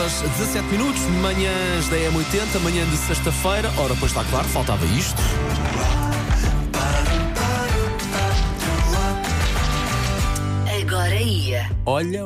horas 17 minutos, manhãs da M80, manhã de sexta-feira. Ora, pois está claro, faltava isto. Agora ia. Olha.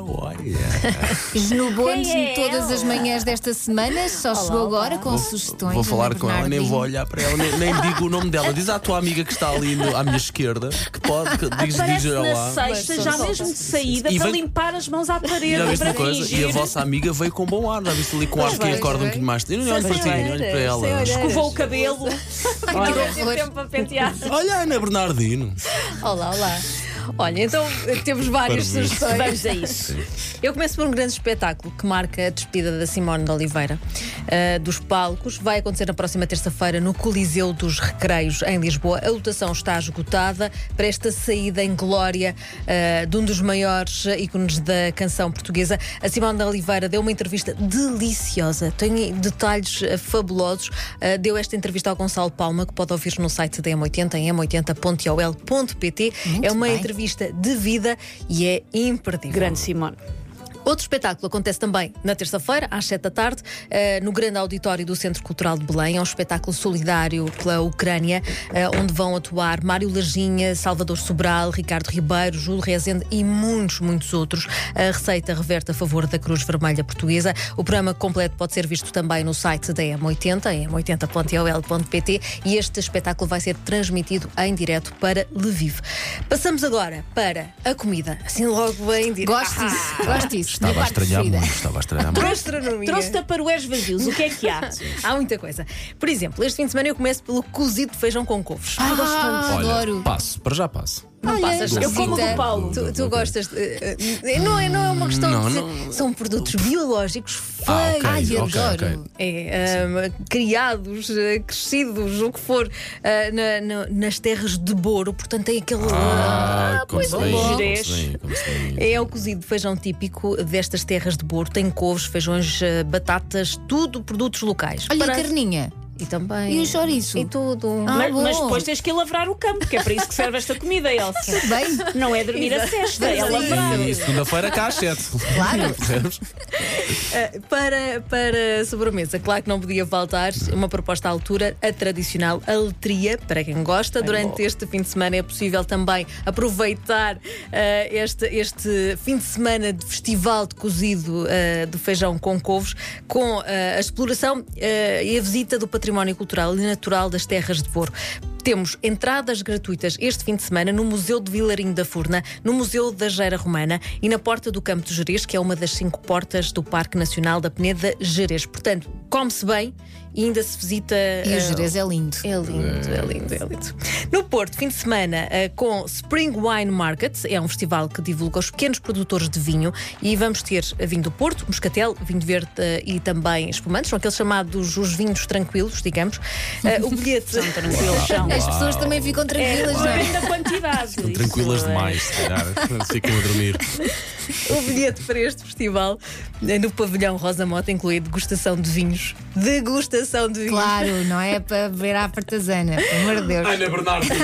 Esnobou-nos Quem é todas ela? as manhãs desta semana, só chegou agora com sugestões. Vou falar Ana com ela, nem Bernardino. vou olhar para ela, nem digo o nome dela. Diz à tua amiga que está ali à minha esquerda, que pode, que diz Aparece na olá. sexta, já mesmo de saída, E para vem- limpar as mãos à E parede, já viste para uma coisa? fingir. E a vossa amiga veio com bom ar, já viste ali com ar que quem vejo, acorda um vejo. bocadinho mais. Eu não olho para ti, nem olho para ela. Escovou o cabelo. Olha, Tirou tempo a pentear. Olha a Ana Bernardino. Olá. Olha, então temos várias Parabéns. sugestões. Vamos a isso. Eu começo por um grande espetáculo que marca a despedida da Simone de Oliveira dos palcos. Vai acontecer na próxima terça-feira no Coliseu dos Recreios, em Lisboa. A lotação está esgotada para esta saída em glória de um dos maiores ícones da canção portuguesa. A Simone de Oliveira deu uma entrevista deliciosa, tem detalhes fabulosos. Deu esta entrevista ao Gonçalo Palma, que pode ouvir no site da M80, em m80.ol.pt. É uma bem. entrevista de vida e é imperdível. Grande Simone. Outro espetáculo acontece também na terça-feira, às 7 da tarde, no grande auditório do Centro Cultural de Belém. É um espetáculo solidário pela Ucrânia, onde vão atuar Mário Lajinha, Salvador Sobral, Ricardo Ribeiro, Júlio Rezende e muitos outros. A receita reverte a favor da Cruz Vermelha Portuguesa. O programa completo pode ser visto também no site da M80, em m80.ol.pt, e este espetáculo vai ser transmitido em direto para Lviv. Passamos agora para a comida, assim logo em direto. Gosto disso. Estava a Minha parte estranhar preferida. muito, estava a estranhar muito. Gastronomia. Trouxe taparoeiros vazios. O que é que há? Há muita coisa. Por exemplo, este fim de semana eu começo pelo cozido de feijão com couves. Olha, Adoro. passo, para já passo. Não passas eu como esquisita. do Paulo. Tu gostas não é uma questão Não, de dizer. não. São produtos biológicos feios. ok, Ai, ok, adoro. ok. Criados, crescidos, o que for, nas terras de Boro. Portanto, tem aquele. Como se vê, bom. como se vê, como se vê. É o cozido de feijão típico destas terras de Boro. Tem couves, feijões, batatas, tudo produtos locais. Olha, a Para- carninha. E também. E o chouriço? E tudo. Ah, Mas bom. depois tens que ir lavrar o campo, que é para isso que serve esta comida, Elsa. Bem, Não é dormir a cesta, é Sim. lavrar. E segunda-feira cá às 7. Claro. Percebes? Para sobremesa, claro que não podia faltar uma proposta à altura, a tradicional aletria, para quem gosta. Durante este fim de semana é possível também aproveitar este fim de semana de festival de cozido de feijão com couves, com a exploração e a visita do património cultural e natural das terras de Boro. Temos entradas gratuitas este fim de semana no Museu de Vilarinho da Furna, no Museu da Gera Romana e na Porta do Campo de Gerês, que é uma das 5 portas do Parque Nacional da Peneda Gerês. Portanto, come-se bem e ainda se visita. e o Jerez é lindo. É lindo. No Porto, fim de semana, com Spring Wine Market, é um festival que divulga os pequenos produtores de vinho, e vamos ter vinho do Porto, moscatel, vinho verde e também espumantes, são aqueles chamados os vinhos tranquilos, digamos. O bilhete. São tranquilos, são. As pessoas também ficam tranquilas, não é? Depende da quantidade. Estão tranquilas Isso é- demais, se calhar. Ficam a dormir. O bilhete para este festival, no pavilhão Rosa Mota, inclui degustação de vinhos. Degustação de vinhos. Claro, não é para ver a artesana, pelo amor de Deus. Ana Bernardino.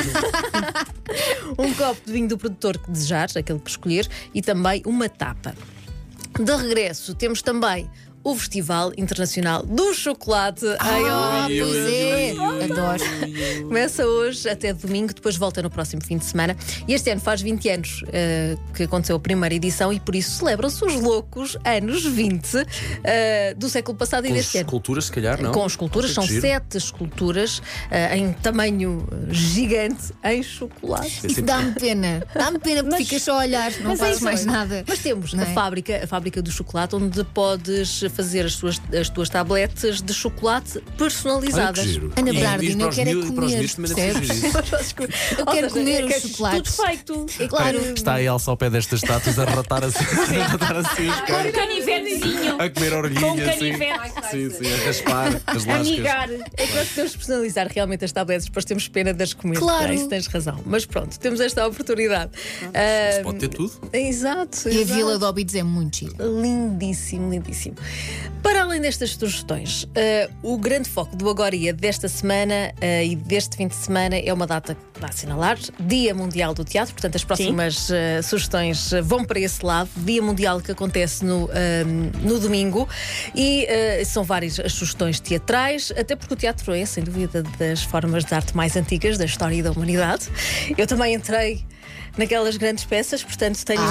Um copo de vinho do produtor que desejares, aquele que escolher, e também uma tapa. De regresso, temos também o Festival Internacional do Chocolate. Pois é, adoro. Começa hoje até domingo, depois volta no próximo fim de semana. E este ano faz 20 anos que aconteceu a primeira edição, e por isso celebram-se os loucos anos 20 do século passado e Com deste ano. esculturas, se calhar, não? Com esculturas, são Giro. 7 esculturas em tamanho gigante, em chocolate. Isso dá-me pena. Dá-me pena porque ficas só a olhar, não mas é fazes isso mais mesmo. nada. Mas temos Não é? a fábrica do chocolate, onde podes fazer as tuas tabletes de chocolate Olha que personalizadas. giro. Ana E Bernardino, para eu os quero é miúdos- para os comer, miúdos também deve ser percebes? giro isso. Eu quero comer os Tudo chocolates. feito. Claro. Está a Elsa ao pé destas estátuas a ratar assim, a ratar assim os Com um caras, canivetezinho. a comer Com um orelhinha assim. canivete. Sim, a raspar as lascas. Amigar. É que nós podemos personalizar realmente as tabletes, depois temos pena de as comer. Claro. Isso tens razão. Mas pronto, temos esta oportunidade. Pode ter tudo. Exato. E a exato. Vila de Óbidos é muito gira. Lindíssimo. Para além destas sugestões, o grande foco do Agora Ia desta semana e deste fim de semana é uma data para assinalar, Dia Mundial do Teatro, portanto as próximas sugestões vão para esse lado. Dia Mundial que acontece no domingo e são várias as sugestões teatrais, até porque o teatro é, sem dúvida, das formas de arte mais antigas da história da humanidade. Eu também entrei naquelas grandes peças, portanto tenho...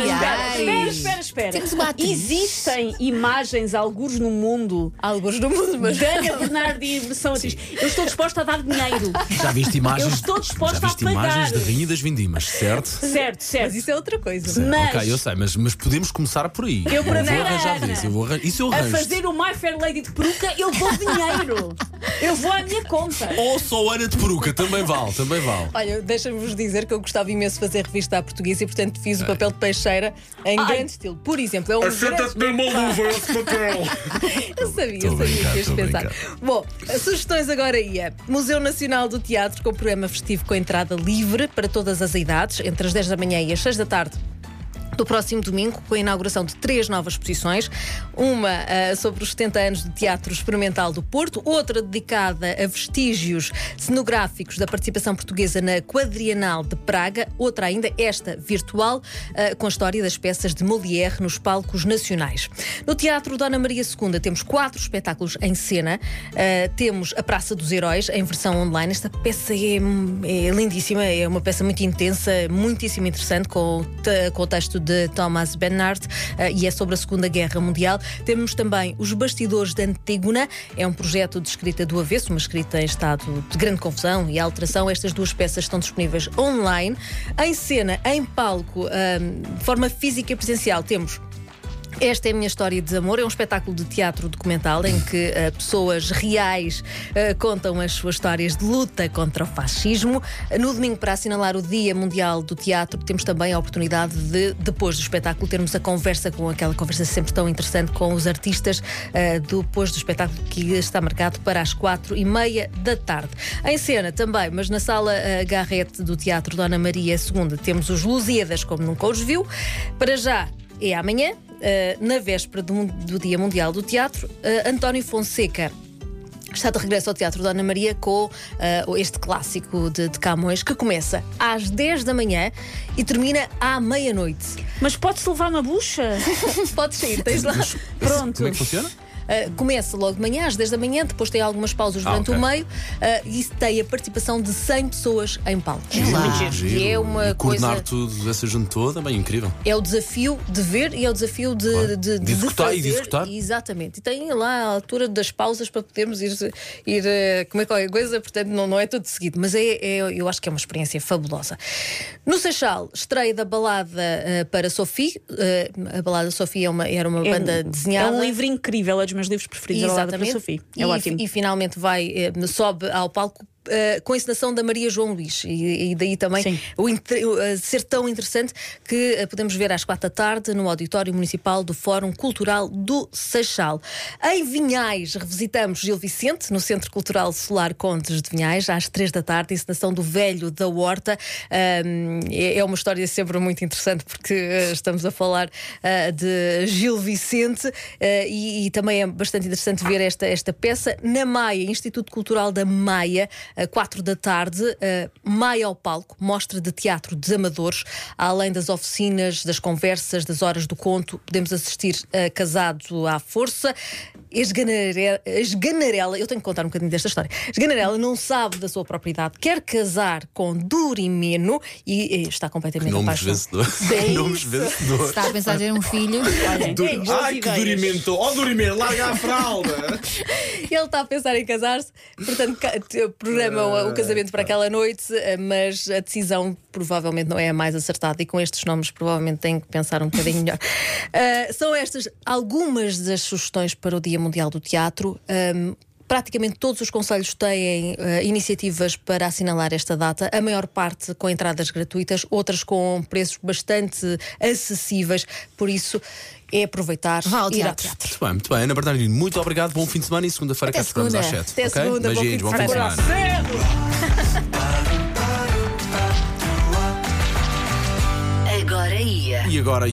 Espera. Temos uma atriz. Existem imagens, algures no mundo, alguns do mundo, mas... de Ana Bernardi versão atriz. Eu estou disposta a dar dinheiro. Já viste imagens? Eu estou disposta já viste a pagar. imagens da Rainha das Vindimas, certo? Certo. Mas isso é outra coisa. Mas- Ok, eu sei, mas podemos começar por aí. Eu para vou ver a arranjar Ana disso. Isso eu a arranjo. fazer o My Fair Lady de peruca, eu dou dinheiro. Eu vou à minha conta. Ou só Ana de peruca, também vale. Olha, deixa-me-vos dizer que eu gostava imenso de fazer revista à portuguesa e, portanto, fiz o papel de peixeira em grande estilo. Por exemplo, é um grande... mesmo a luva esse papel. Eu sabia Estou a que brincar, ias estou a pensar. brincar. Bom, as sugestões agora ia. Museu Nacional do Teatro com programa festivo com entrada livre para todas as idades, entre as 10 da manhã e as 6 da tarde. Do próximo domingo, com a inauguração de 3 novas exposições, uma sobre os 70 anos do Teatro Experimental do Porto, outra dedicada a vestígios cenográficos da participação portuguesa na Quadrienal de Praga, outra ainda, esta virtual, com a história das peças de Molière nos palcos nacionais. No Teatro Dona Maria II temos 4 espetáculos em cena, temos a Praça dos Heróis em versão online. Esta peça é lindíssima, é uma peça muito intensa, muitíssimo interessante, com o texto de Thomas Bernhard e é sobre a Segunda Guerra Mundial. Temos também Os Bastidores de Antígona, é um projeto de escrita do avesso, uma escrita em estado de grande confusão e alteração. Estas 2 peças estão disponíveis online. Em cena, em palco, de forma física e presencial, temos Esta é a Minha História de Amor. É um espetáculo de teatro documental em que pessoas reais contam as suas histórias de luta contra o fascismo. No domingo, para assinalar o Dia Mundial do Teatro, temos também a oportunidade de, depois do espetáculo, termos a conversa, com aquela conversa sempre tão interessante com os artistas, depois do espetáculo, que está marcado para as 4:30 da tarde. Em cena também, mas na sala Garrett do Teatro Dona Maria II, temos os Lusíadas como nunca os viu. Para já é amanhã, na véspera do Dia Mundial do Teatro. António Fonseca está de regresso ao Teatro Dona Maria com este clássico de Camões, que começa às 10 da manhã e termina à meia-noite. Mas pode-se levar uma bucha? Podes sair, tens lá. Pronto. Como é que funciona? Começa logo de manhã, às 10 da manhã, depois tem algumas pausas durante ok. o meio, e tem a participação de 100 pessoas em palco. Giro. E é uma E coordenar coisa. tudo, essa gente toda, bem incrível. É o desafio de ver e é o desafio de, Claro. de De executar fazer. e de executar. Exatamente. E tem lá a altura das pausas para podermos ir comer qualquer coisa, portanto não é tudo seguido, mas eu acho que é uma experiência fabulosa. No Seixal, estreia da Balada para Sophie. A Balada Sophie era uma banda desenhada. É um livro incrível, é dos meus livros preferidos, a Balada para Sofia. É ótimo. E finalmente sobe ao palco com a encenação da Maria João Luís, e daí também Sim. ser tão interessante que podemos ver às 4 da tarde no Auditório Municipal do Fórum Cultural do Seixal. Em Vinhais, revisitamos Gil Vicente no Centro Cultural Solar Contes de Vinhais às 3 da tarde, encenação do Velho da Horta. É uma história sempre muito interessante, porque estamos a falar de Gil Vicente, e também é bastante interessante ver esta peça na Maia, Instituto Cultural da Maia, 4 da tarde. Maia ao palco, mostra de teatro de amadores. Além das oficinas, das conversas, das horas do conto, podemos assistir a Casado à Força. Esganarela, eu tenho que contar um bocadinho desta história. Esganarela não sabe da sua propriedade, quer casar com Durimeno e está completamente Nomes apaixonado. vencedores. Nomes vencedores. Está a pensar em ter um filho. Ai, que durimento! Oh, durimento, larga a fralda! Ele está a pensar em casar-se, portanto, programa o casamento para aquela noite, mas a decisão provavelmente não é a mais acertada, e com estes nomes provavelmente tem que pensar um bocadinho melhor. São estas algumas das sugestões para o Dia Mundial do Teatro. Praticamente todos os concelhos têm iniciativas para assinalar esta data, a maior parte com entradas gratuitas, outras com preços bastante acessíveis, por isso é aproveitar Vá ao ir ao teatro. teatro. Muito bem, Ana Bernardino, muito obrigado, bom fim de semana, e segunda-feira cá Até esperamos às segunda. 7. Até ok? segunda, bom Beijinhos, fim de bom fim de semana. semana. Cedo! Agora ia. E agora